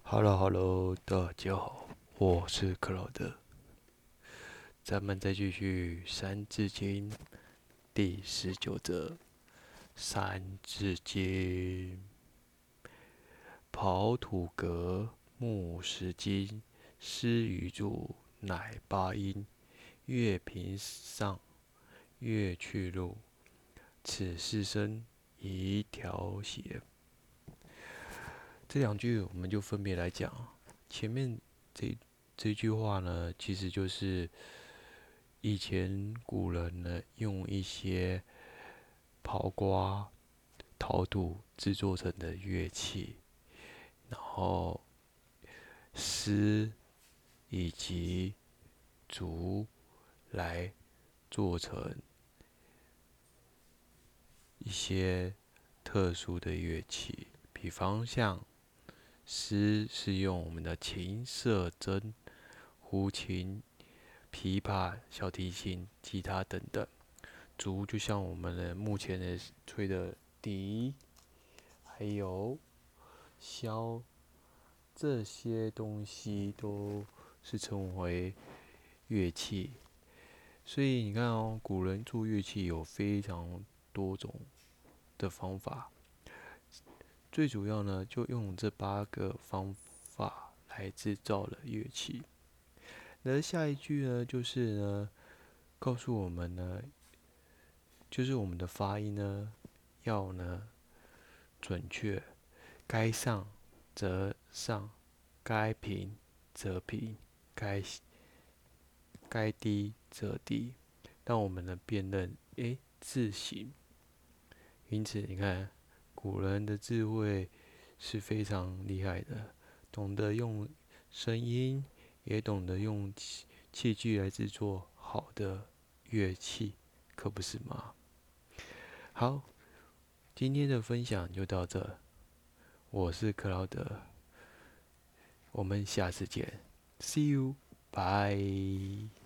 Hello，大家好，我是克劳德。咱们再继续《三字经》第19则。三字经：刨土革，木石金，丝与柱，乃八音。月平上，月去路，此四声，一条弦。这两句我们就分别来讲。前面这句话呢，其实就是以前古人呢用一些刨瓜、陶土制作成的乐器，然后丝以及竹来做成一些特殊的乐器，比方像丝是用我们的琴、瑟、筝、胡琴、琵琶、小提琴、吉他等等。竹就像我们的目前的吹的笛，还有箫，这些东西都是称为乐器。所以你看哦，古人做乐器有非常多种的方法，最主要呢就用这8个方法来制造了乐器。而下一句呢，就是呢告诉我们呢，就是我们的发音呢要呢准确，该上则上，该平则平，该低则低，让我们能辨认字形。因此，你看古人的智慧是非常厉害的，懂得用声音，也懂得用器具来制作好的乐器，可不是吗？好，今天的分享就到这，我是克劳德，我们下次见，See you，bye。